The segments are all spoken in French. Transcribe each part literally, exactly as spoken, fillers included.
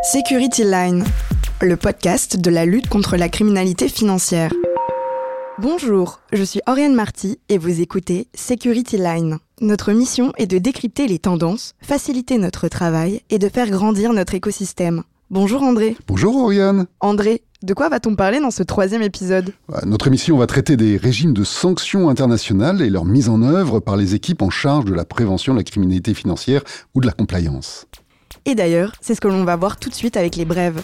Security Line, le podcast de la lutte contre la criminalité financière. Bonjour, je suis Oriane Marty et vous écoutez Security Line. Notre mission est de décrypter les tendances, faciliter notre travail et de faire grandir notre écosystème. Bonjour André. Bonjour Oriane. André, de quoi va-t-on parler dans ce troisième épisode ? Notre émission va traiter des régimes de sanctions internationales et leur mise en œuvre par les équipes en charge de la prévention de la criminalité financière ou de la compliance. Et d'ailleurs, c'est ce que l'on va voir tout de suite avec les brèves.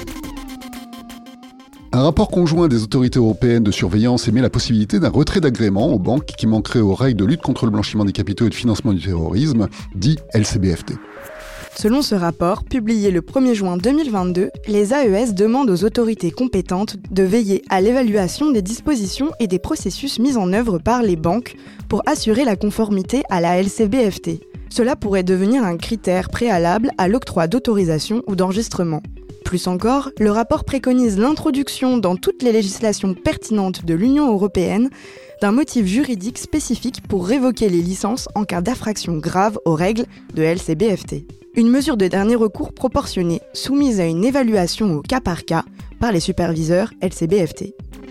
Un rapport conjoint des autorités européennes de surveillance émet la possibilité d'un retrait d'agrément aux banques qui manqueraient aux règles de lutte contre le blanchiment des capitaux et de financement du terrorisme, dit L C B F T. Selon ce rapport, publié le premier juin deux mille vingt-deux, les A E S demandent aux autorités compétentes de veiller à l'évaluation des dispositions et des processus mis en œuvre par les banques pour assurer la conformité à la L C B F T. Cela pourrait devenir un critère préalable à l'octroi d'autorisation ou d'enregistrement. Plus encore, le rapport préconise l'introduction dans toutes les législations pertinentes de l'Union européenne d'un motif juridique spécifique pour révoquer les licences en cas d'infraction grave aux règles de L C B F T. Une mesure de dernier recours proportionnée, soumise à une évaluation au cas par cas par les superviseurs L C B F T.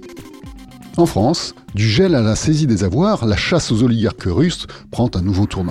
En France, du gel à la saisie des avoirs, la chasse aux oligarques russes prend un nouveau tournant.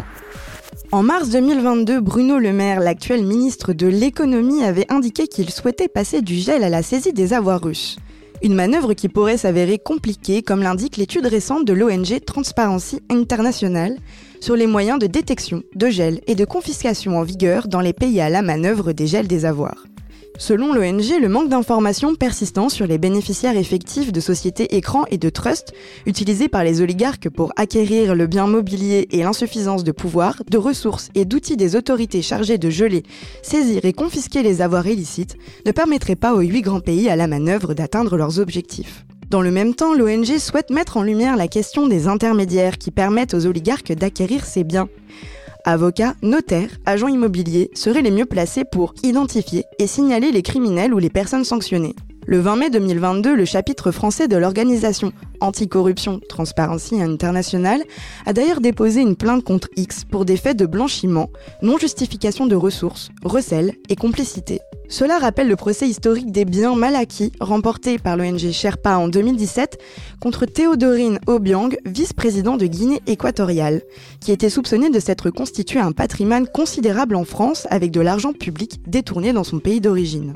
En mars deux mille vingt-deux, Bruno Le Maire, l'actuel ministre de l'économie, avait indiqué qu'il souhaitait passer du gel à la saisie des avoirs russes. Une manœuvre qui pourrait s'avérer compliquée, comme l'indique l'étude récente de l'O N G Transparency International sur les moyens de détection, de gel et de confiscation en vigueur dans les pays à la manœuvre des gels des avoirs. Selon l'O N G, le manque d'informations persistant sur les bénéficiaires effectifs de sociétés écrans et de trusts utilisés par les oligarques pour acquérir le bien mobilier et l'insuffisance de pouvoir, de ressources et d'outils des autorités chargées de geler, saisir et confisquer les avoirs illicites ne permettrait pas aux huit grands pays à la manœuvre d'atteindre leurs objectifs. Dans le même temps, l'O N G souhaite mettre en lumière la question des intermédiaires qui permettent aux oligarques d'acquérir ces biens. Avocats, notaires, agents immobiliers seraient les mieux placés pour identifier et signaler les criminels ou les personnes sanctionnées. Le vingt mai deux mille vingt-deux, le chapitre français de l'organisation anticorruption Transparency International a d'ailleurs déposé une plainte contre X pour des faits de blanchiment, non-justification de ressources, recel et complicité. Cela rappelle le procès historique des biens mal acquis remporté par l'O N G Sherpa en deux mille dix-sept contre Théodorine Obiang, vice-président de Guinée équatoriale, qui était soupçonné de s'être constitué un patrimoine considérable en France avec de l'argent public détourné dans son pays d'origine.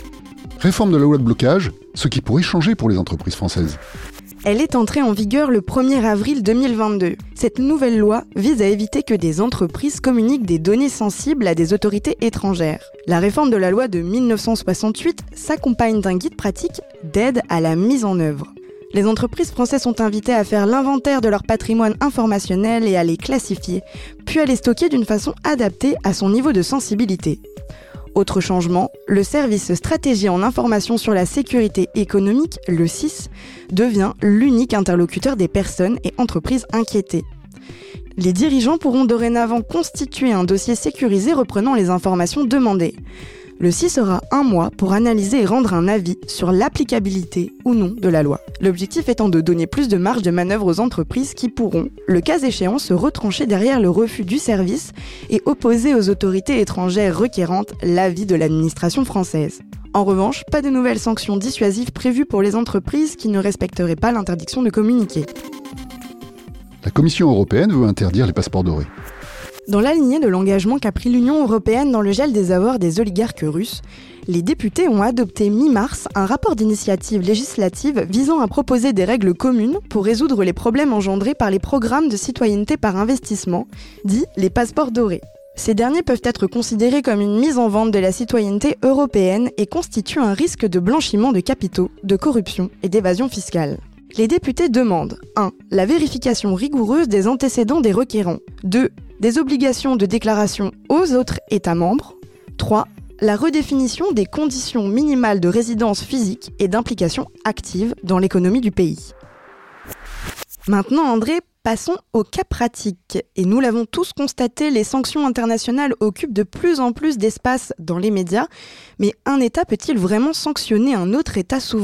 Réforme de la loi de blocage, ce qui pourrait changer pour les entreprises françaises. Elle est entrée en vigueur le premier avril deux mille vingt-deux. Cette nouvelle loi vise à éviter que des entreprises communiquent des données sensibles à des autorités étrangères. La réforme de la loi de mille neuf cent soixante-huit s'accompagne d'un guide pratique d'aide à la mise en œuvre. Les entreprises françaises sont invitées à faire l'inventaire de leur patrimoine informationnel et à les classifier, puis à les stocker d'une façon adaptée à son niveau de sensibilité. Autre changement, le service Stratégie en information sur la sécurité économique, le S I S, devient l'unique interlocuteur des personnes et entreprises inquiétées. Les dirigeants pourront dorénavant constituer un dossier sécurisé reprenant les informations demandées. Le S I S aura un mois pour analyser et rendre un avis sur l'applicabilité ou non de la loi. L'objectif étant de donner plus de marge de manœuvre aux entreprises qui pourront, le cas échéant, se retrancher derrière le refus du service et opposer aux autorités étrangères requérantes l'avis de l'administration française. En revanche, pas de nouvelles sanctions dissuasives prévues pour les entreprises qui ne respecteraient pas l'interdiction de communiquer. La Commission européenne veut interdire les passeports dorés. Dans la lignée de l'engagement qu'a pris l'Union européenne dans le gel des avoirs des oligarques russes, les députés ont adopté mi-mars un rapport d'initiative législative visant à proposer des règles communes pour résoudre les problèmes engendrés par les programmes de citoyenneté par investissement, dits les passeports dorés. Ces derniers peuvent être considérés comme une mise en vente de la citoyenneté européenne et constituent un risque de blanchiment de capitaux, de corruption et d'évasion fiscale. Les députés demandent un La vérification rigoureuse des antécédents des requérants. deux Des obligations de déclaration aux autres États membres. trois La redéfinition des conditions minimales de résidence physique et d'implication active dans l'économie du pays. Maintenant, André, passons au cas pratique. Et nous l'avons tous constaté, les sanctions internationales occupent de plus en plus d'espace dans les médias. Mais un État peut-il vraiment sanctionner un autre État souverain ?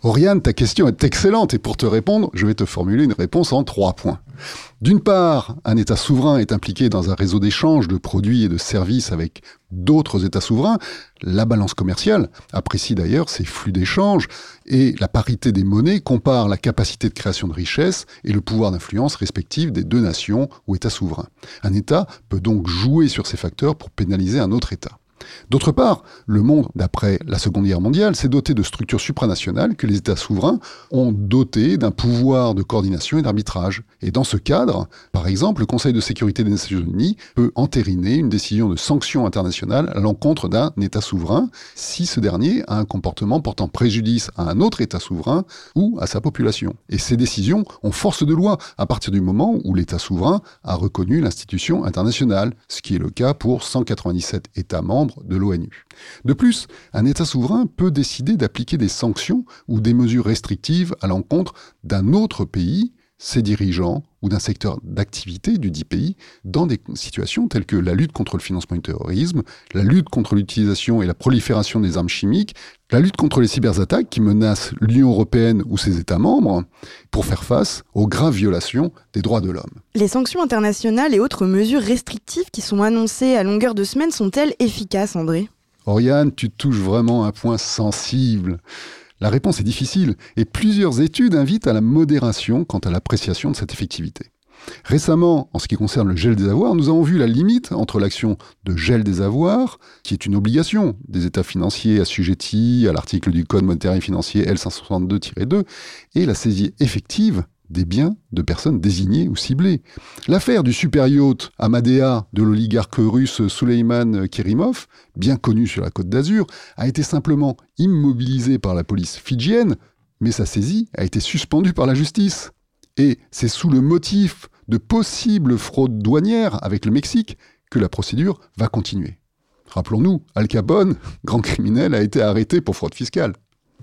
Oriane, ta question est excellente et pour te répondre, je vais te formuler une réponse en trois points. D'une part, un État souverain est impliqué dans un réseau d'échange de produits et de services avec d'autres États souverains. La balance commerciale apprécie d'ailleurs ces flux d'échange et la parité des monnaies compare la capacité de création de richesse et le pouvoir d'influence respectif des deux nations ou États souverains. Un État peut donc jouer sur ces facteurs pour pénaliser un autre État. D'autre part, le monde, d'après la Seconde Guerre mondiale, s'est doté de structures supranationales que les États souverains ont dotées d'un pouvoir de coordination et d'arbitrage. Et dans ce cadre, par exemple, le Conseil de sécurité des Nations Unies peut entériner une décision de sanction internationale à l'encontre d'un État souverain si ce dernier a un comportement portant préjudice à un autre État souverain ou à sa population. Et ces décisions ont force de loi à partir du moment où l'État souverain a reconnu l'institution internationale, ce qui est le cas pour cent quatre-vingt-dix-sept États membres de l'ONU. De plus, un État souverain peut décider d'appliquer des sanctions ou des mesures restrictives à l'encontre d'un autre pays, ses dirigeants ou d'un secteur d'activité du dit pays dans des situations telles que la lutte contre le financement du terrorisme, la lutte contre l'utilisation et la prolifération des armes chimiques, la lutte contre les cyberattaques qui menacent l'Union européenne ou ses États membres pour faire face aux graves violations des droits de l'homme. Les sanctions internationales et autres mesures restrictives qui sont annoncées à longueur de semaine sont-elles efficaces, André ? Oriane, tu touches vraiment un point sensible. La réponse est difficile et plusieurs études invitent à la modération quant à l'appréciation de cette effectivité. Récemment, en ce qui concerne le gel des avoirs, nous avons vu la limite entre l'action de gel des avoirs, qui est une obligation des États financiers assujettis à l'article du Code monétaire et financier L cinq cent soixante-deux tiret deux, et la saisie effective des biens de personnes désignées ou ciblées. L'affaire du super-yacht Amadea de l'oligarque russe Souleyman Kerimov, bien connu sur la Côte d'Azur, a été simplement immobilisée par la police fidjienne, mais sa saisie a été suspendue par la justice. Et c'est sous le motif de possible fraude douanière avec le Mexique que la procédure va continuer. Rappelons-nous, Al Capone, grand criminel, a été arrêté pour fraude fiscale.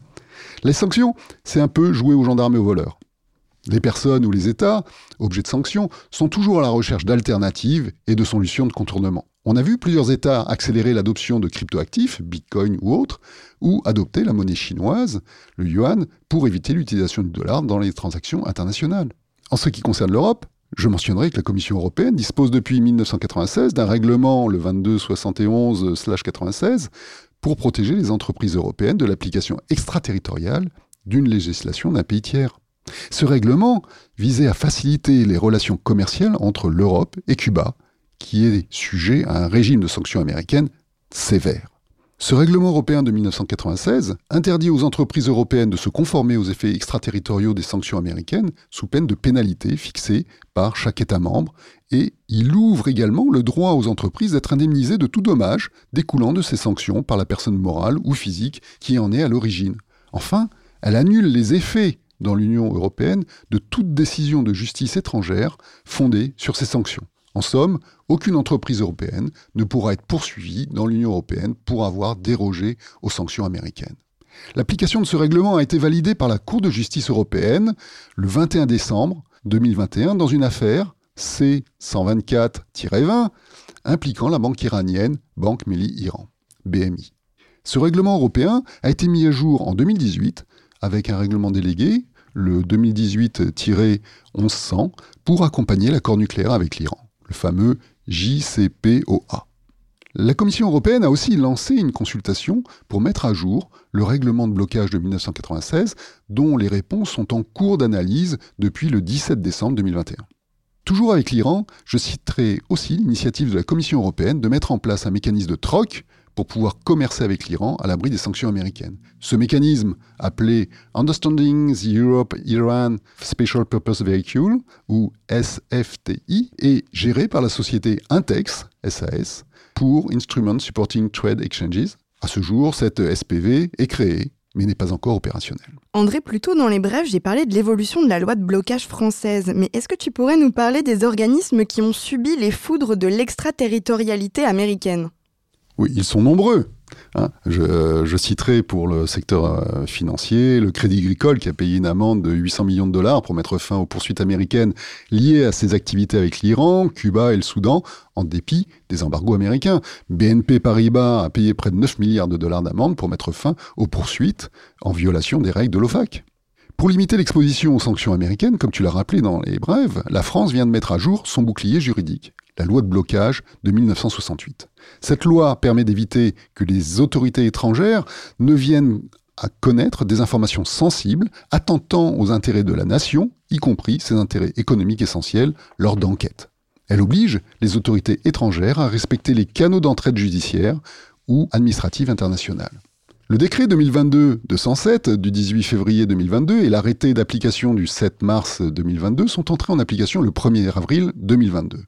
Les sanctions, c'est un peu jouer aux gendarmes et aux voleurs. Les personnes ou les États, objets de sanctions, sont toujours à la recherche d'alternatives et de solutions de contournement. On a vu plusieurs États accélérer l'adoption de cryptoactifs, Bitcoin ou autres, ou adopter la monnaie chinoise, le yuan, pour éviter l'utilisation du dollar dans les transactions internationales. En ce qui concerne l'Europe, je mentionnerai que la Commission européenne dispose depuis mille neuf cent quatre-vingt-seize d'un règlement, le vingt-deux soixante et onze quatre-vingt-seize, pour protéger les entreprises européennes de l'application extraterritoriale d'une législation d'un pays tiers. Ce règlement visait à faciliter les relations commerciales entre l'Europe et Cuba, qui est sujet à un régime de sanctions américaines sévère. Ce règlement européen de mille neuf cent quatre-vingt-seize interdit aux entreprises européennes de se conformer aux effets extraterritoriaux des sanctions américaines sous peine de pénalités fixées par chaque État membre, et il ouvre également le droit aux entreprises d'être indemnisées de tout dommage découlant de ces sanctions par la personne morale ou physique qui en est à l'origine. Enfin, elle annule les effets dans l'Union européenne de toute décision de justice étrangère fondée sur ces sanctions. En somme, aucune entreprise européenne ne pourra être poursuivie dans l'Union européenne pour avoir dérogé aux sanctions américaines. L'application de ce règlement a été validée par la Cour de justice européenne le vingt et un décembre deux mille vingt et un dans une affaire C cent vingt-quatre vingt impliquant la banque iranienne Banque Melli Iran, B M I. Ce règlement européen a été mis à jour en deux mille dix-huit avec un règlement délégué, le deux mille dix-huit onze cents, pour accompagner l'accord nucléaire avec l'Iran, le fameux J C P O A. La Commission européenne a aussi lancé une consultation pour mettre à jour le règlement de blocage de mille neuf cent quatre-vingt-seize, dont les réponses sont en cours d'analyse depuis le dix-sept décembre deux mille vingt et un. Toujours avec l'Iran, je citerai aussi l'initiative de la Commission européenne de mettre en place un mécanisme de troc pour pouvoir commercer avec l'Iran à l'abri des sanctions américaines. Ce mécanisme, appelé Understanding the Europe-Iran Special Purpose Vehicle, ou S F T I, est géré par la société Intex, S A S, pour Instrument Supporting Trade Exchanges. À ce jour, cette S P V est créée, mais n'est pas encore opérationnelle. André, plus tôt dans les brèves, j'ai parlé de l'évolution de la loi de blocage française, mais est-ce que tu pourrais nous parler des organismes qui ont subi les foudres de l'extraterritorialité américaine ? Oui, ils sont nombreux. Hein, je, je citerai pour le secteur euh, financier le Crédit Agricole qui a payé une amende de huit cents millions de dollars pour mettre fin aux poursuites américaines liées à ses activités avec l'Iran, Cuba et le Soudan, en dépit des embargos américains. B N P Paribas a payé près de neuf milliards de dollars d'amende pour mettre fin aux poursuites en violation des règles de l'O F A C. Pour limiter l'exposition aux sanctions américaines, comme tu l'as rappelé dans les brèves, la France vient de mettre à jour son bouclier juridique, la loi de blocage de mille neuf cent soixante-huit. Cette loi permet d'éviter que les autorités étrangères ne viennent à connaître des informations sensibles attentant aux intérêts de la nation, y compris ses intérêts économiques essentiels, lors d'enquêtes. Elle oblige les autorités étrangères à respecter les canaux d'entraide judiciaire ou administrative internationale. Le décret deux mille vingt-deux deux cent sept du dix-huit février deux mille vingt-deux et l'arrêté d'application du sept mars deux mille vingt-deux sont entrés en application le premier avril deux mille vingt-deux.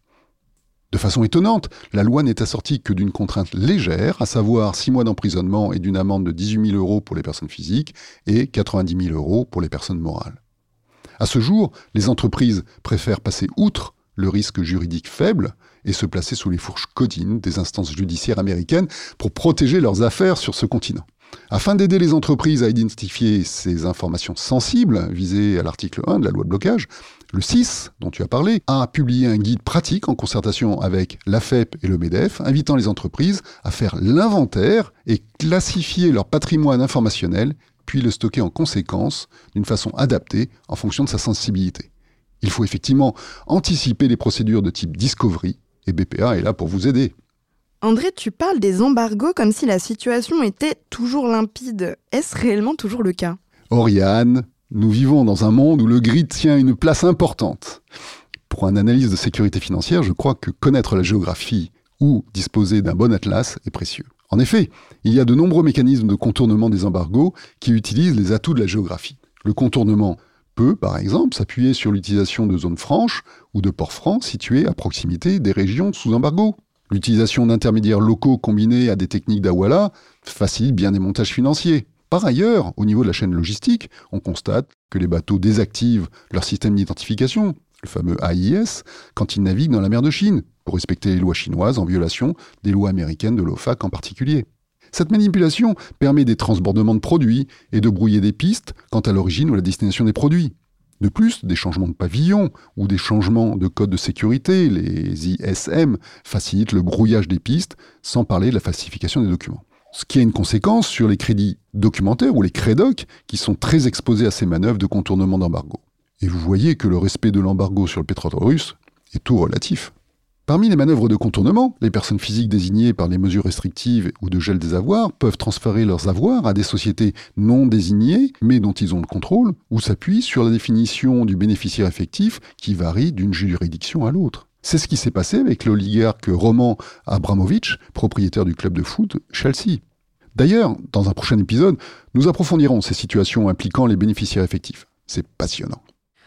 De façon étonnante, la loi n'est assortie que d'une contrainte légère, à savoir six mois d'emprisonnement et d'une amende de dix-huit mille euros pour les personnes physiques et quatre-vingt-dix mille euros pour les personnes morales. À ce jour, les entreprises préfèrent passer outre le risque juridique faible et se placer sous les fourches codines des instances judiciaires américaines pour protéger leurs affaires sur ce continent. Afin d'aider les entreprises à identifier ces informations sensibles visées à l'article un de la loi de blocage, le C I S, dont tu as parlé, a publié un guide pratique en concertation avec l'A F E P et le MEDEF, invitant les entreprises à faire l'inventaire et classifier leur patrimoine informationnel, puis le stocker en conséquence d'une façon adaptée en fonction de sa sensibilité. Il faut effectivement anticiper les procédures de type discovery, et B P A est là pour vous aider. André, tu parles des embargos comme si la situation était toujours limpide. Est-ce réellement toujours le cas ? Oriane, nous vivons dans un monde où le grid tient une place importante. Pour un analyste de sécurité financière, je crois que connaître la géographie ou disposer d'un bon atlas est précieux. En effet, il y a de nombreux mécanismes de contournement des embargos qui utilisent les atouts de la géographie. Le contournement peut, par exemple, s'appuyer sur l'utilisation de zones franches ou de ports francs situés à proximité des régions sous embargo. L'utilisation d'intermédiaires locaux combinés à des techniques d'Awala facilite bien des montages financiers. Par ailleurs, au niveau de la chaîne logistique, on constate que les bateaux désactivent leur système d'identification, le fameux A I S, quand ils naviguent dans la mer de Chine, pour respecter les lois chinoises en violation des lois américaines de l'O F A C en particulier. Cette manipulation permet des transbordements de produits et de brouiller des pistes quant à l'origine ou la destination des produits. De plus, des changements de pavillon ou des changements de code de sécurité, les I S M, facilitent le brouillage des pistes, sans parler de la falsification des documents. Ce qui a une conséquence sur les crédits documentaires ou les crédocs, qui sont très exposés à ces manœuvres de contournement d'embargo. Et vous voyez que le respect de l'embargo sur le pétrole russe est tout relatif. Parmi les manœuvres de contournement, les personnes physiques désignées par les mesures restrictives ou de gel des avoirs peuvent transférer leurs avoirs à des sociétés non désignées, mais dont ils ont le contrôle, ou s'appuient sur la définition du bénéficiaire effectif qui varie d'une juridiction à l'autre. C'est ce qui s'est passé avec l'oligarque Roman Abramovich, propriétaire du club de foot Chelsea. D'ailleurs, dans un prochain épisode, nous approfondirons ces situations impliquant les bénéficiaires effectifs. C'est passionnant.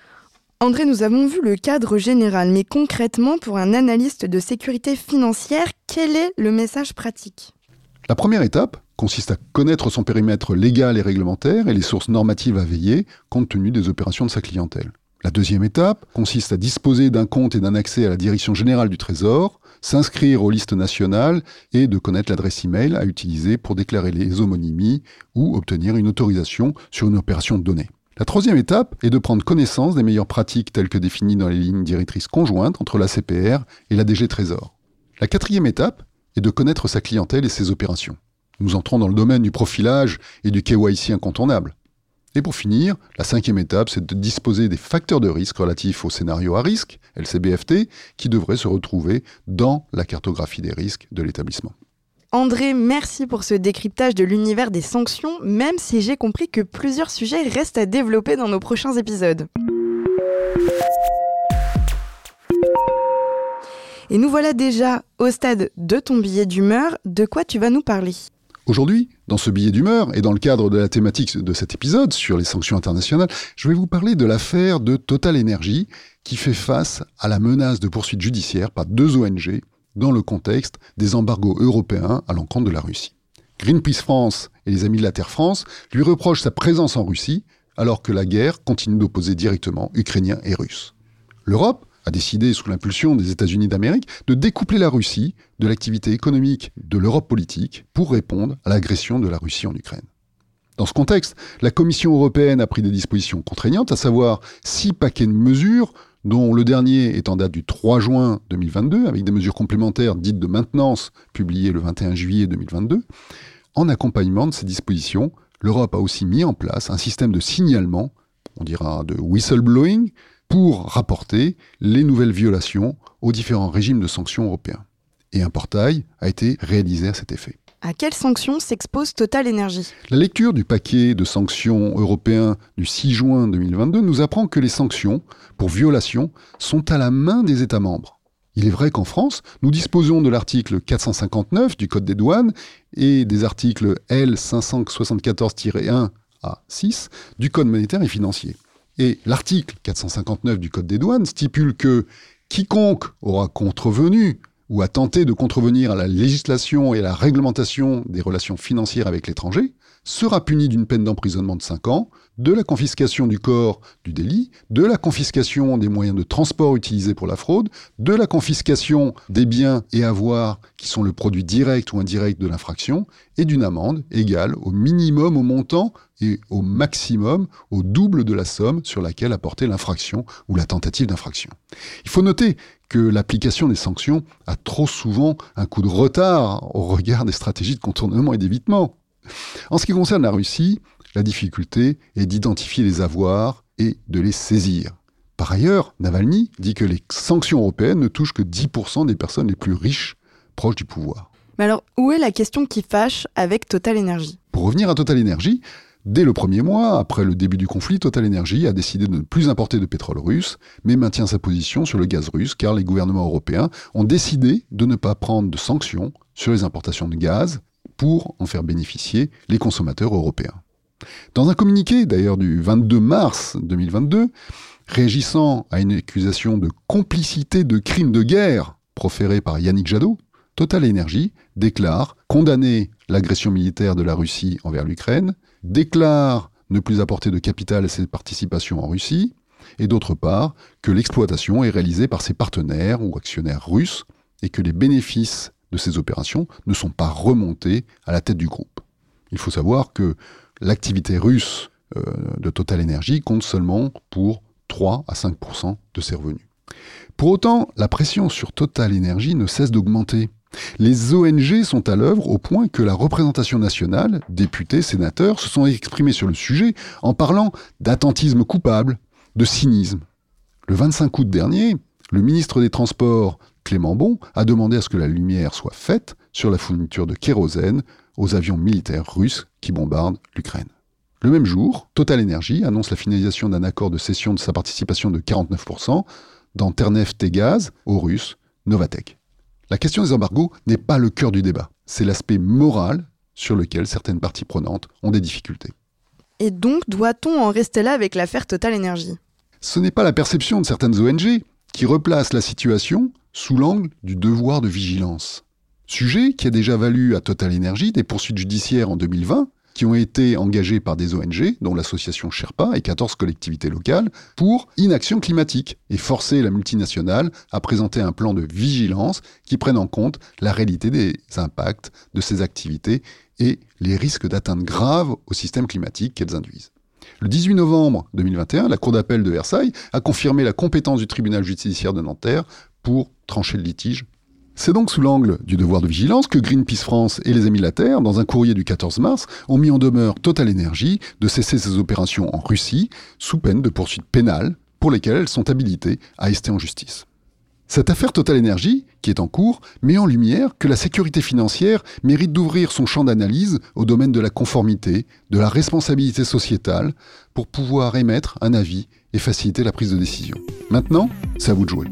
André, nous avons vu le cadre général, mais concrètement, pour un analyste de sécurité financière, quel est le message pratique ? La première étape consiste à connaître son périmètre légal et réglementaire et les sources normatives à veiller compte tenu des opérations de sa clientèle. La deuxième étape consiste à disposer d'un compte et d'un accès à la Direction générale du Trésor, s'inscrire aux listes nationales et de connaître l'adresse email à utiliser pour déclarer les homonymies ou obtenir une autorisation sur une opération donnée. La troisième étape est de prendre connaissance des meilleures pratiques telles que définies dans les lignes directrices conjointes entre l'A C P R et la D G Trésor. La quatrième étape est de connaître sa clientèle et ses opérations. Nous entrons dans le domaine du profilage et du K Y C incontournable. Et pour finir, la cinquième étape, c'est de disposer des facteurs de risque relatifs au scénario à risque, L C B F T, qui devraient se retrouver dans la cartographie des risques de l'établissement. André, merci pour ce décryptage de l'univers des sanctions, même si j'ai compris que plusieurs sujets restent à développer dans nos prochains épisodes. Et nous voilà déjà au stade de ton billet d'humeur. De quoi tu vas nous parler ? Aujourd'hui, dans ce billet d'humeur, et dans le cadre de la thématique de cet épisode sur les sanctions internationales, je vais vous parler de l'affaire de Total Energy qui fait face à la menace de poursuite judiciaire par deux O N G dans le contexte des embargos européens à l'encontre de la Russie. Greenpeace France et les Amis de la Terre France lui reprochent sa présence en Russie alors que la guerre continue d'opposer directement Ukrainiens et Russes. L'Europe a décidé, sous l'impulsion des États-Unis d'Amérique, de découpler la Russie de l'activité économique de l'Europe politique pour répondre à l'agression de la Russie en Ukraine. Dans ce contexte, la Commission européenne a pris des dispositions contraignantes, à savoir six paquets de mesures, dont le dernier est en date du trois juin deux mille vingt-deux, avec des mesures complémentaires dites de maintenance, publiées le vingt et un juillet deux mille vingt-deux. En accompagnement de ces dispositions, l'Europe a aussi mis en place un système de signalement, on dira de whistleblowing, pour rapporter les nouvelles violations aux différents régimes de sanctions européens. Et un portail a été réalisé à cet effet. À quelles sanctions s'expose Total Energy ? La lecture du paquet de sanctions européens du six juin deux mille vingt-deux nous apprend que les sanctions pour violation sont à la main des États membres. Il est vrai qu'en France, nous disposons de l'article quatre cent cinquante-neuf du Code des douanes et des articles L cinq cent soixante-quatorze tiret un à six du Code monétaire et financier. Et l'article quatre cent cinquante-neuf du Code des douanes stipule que quiconque aura contrevenu ou a tenté de contrevenir à la législation et à la réglementation des relations financières avec l'étranger, sera puni d'une peine d'emprisonnement de cinq ans, de la confiscation du corps du délit, de la confiscation des moyens de transport utilisés pour la fraude, de la confiscation des biens et avoirs qui sont le produit direct ou indirect de l'infraction, et d'une amende égale au minimum au montant et au maximum au double de la somme sur laquelle a porté l'infraction ou la tentative d'infraction. Il faut noter que l'application des sanctions a trop souvent un coup de retard au regard des stratégies de contournement et d'évitement. En ce qui concerne la Russie, la difficulté est d'identifier les avoirs et de les saisir. Par ailleurs, Navalny dit que les sanctions européennes ne touchent que dix pour cent des personnes les plus riches proches du pouvoir. Mais alors, où est la question qui fâche avec Total Energy ? Pour revenir à Total Energy, dès le premier mois, après le début du conflit, Total Energy a décidé de ne plus importer de pétrole russe, mais maintient sa position sur le gaz russe, car les gouvernements européens ont décidé de ne pas prendre de sanctions sur les importations de gaz pour en faire bénéficier les consommateurs européens. Dans un communiqué, d'ailleurs du vingt-deux mars deux mille vingt-deux, réagissant à une accusation de complicité de crimes de guerre proférée par Yannick Jadot, Total Energy déclare condamner l'agression militaire de la Russie envers l'Ukraine, déclare ne plus apporter de capital à ses participations en Russie, et d'autre part, que l'exploitation est réalisée par ses partenaires ou actionnaires russes, et que les bénéfices de ces opérations ne sont pas remontés à la tête du groupe. Il faut savoir que l'activité russe euh, de Total Energy compte seulement pour trois à cinq pour cent de ses revenus. Pour autant, la pression sur Total Energy ne cesse d'augmenter. Les O N G sont à l'œuvre au point que la représentation nationale, députés, sénateurs, se sont exprimés sur le sujet en parlant d'attentisme coupable, de cynisme. Le vingt-cinq août dernier, le ministre des Transports, Clément Beaune, a demandé à ce que la lumière soit faite sur la fourniture de kérosène aux avions militaires russes qui bombardent l'Ukraine. Le même jour, Total Energy annonce la finalisation d'un accord de cession de sa participation de quarante-neuf pour cent dans Ternef-Tegaz aux Russes Novatek. La question des embargos n'est pas le cœur du débat, c'est l'aspect moral sur lequel certaines parties prenantes ont des difficultés. Et donc, doit-on en rester là avec l'affaire Total Energy ? Ce n'est pas la perception de certaines O N G qui replacent la situation sous l'angle du devoir de vigilance. Sujet qui a déjà valu à Total Energy des poursuites judiciaires en deux mille vingt, qui ont été engagées par des O N G, dont l'association Sherpa et quatorze collectivités locales, pour inaction climatique et forcer la multinationale à présenter un plan de vigilance qui prenne en compte la réalité des impacts de ces activités et les risques d'atteinte grave au système climatique qu'elles induisent. Le dix-huit novembre deux mille vingt et un, la Cour d'appel de Versailles a confirmé la compétence du tribunal judiciaire de Nanterre pour trancher le litige. C'est donc sous l'angle du devoir de vigilance que Greenpeace France et les Amis de la Terre, dans un courrier du quatorze mars, ont mis en demeure Total Energy de cesser ses opérations en Russie sous peine de poursuites pénales pour lesquelles elles sont habilitées à ester en justice. Cette affaire Total Energy, qui est en cours, met en lumière que la sécurité financière mérite d'ouvrir son champ d'analyse au domaine de la conformité, de la responsabilité sociétale, pour pouvoir émettre un avis et faciliter la prise de décision. Maintenant, c'est à vous de jouer.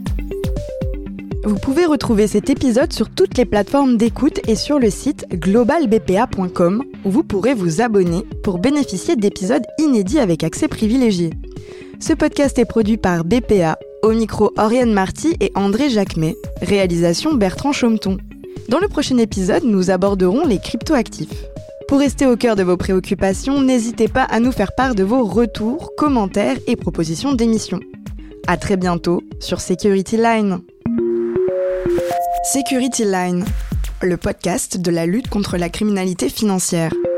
Vous pouvez retrouver cet épisode sur toutes les plateformes d'écoute et sur le site global b p a point com où vous pourrez vous abonner pour bénéficier d'épisodes inédits avec accès privilégié. Ce podcast est produit par B P A, au micro Oriane Marty et André Jacquemet, réalisation Bertrand Chaumeton. Dans le prochain épisode, nous aborderons les cryptoactifs. Pour rester au cœur de vos préoccupations, n'hésitez pas à nous faire part de vos retours, commentaires et propositions d'émissions. À très bientôt sur Security Line. Security Line, le podcast de la lutte contre la criminalité financière.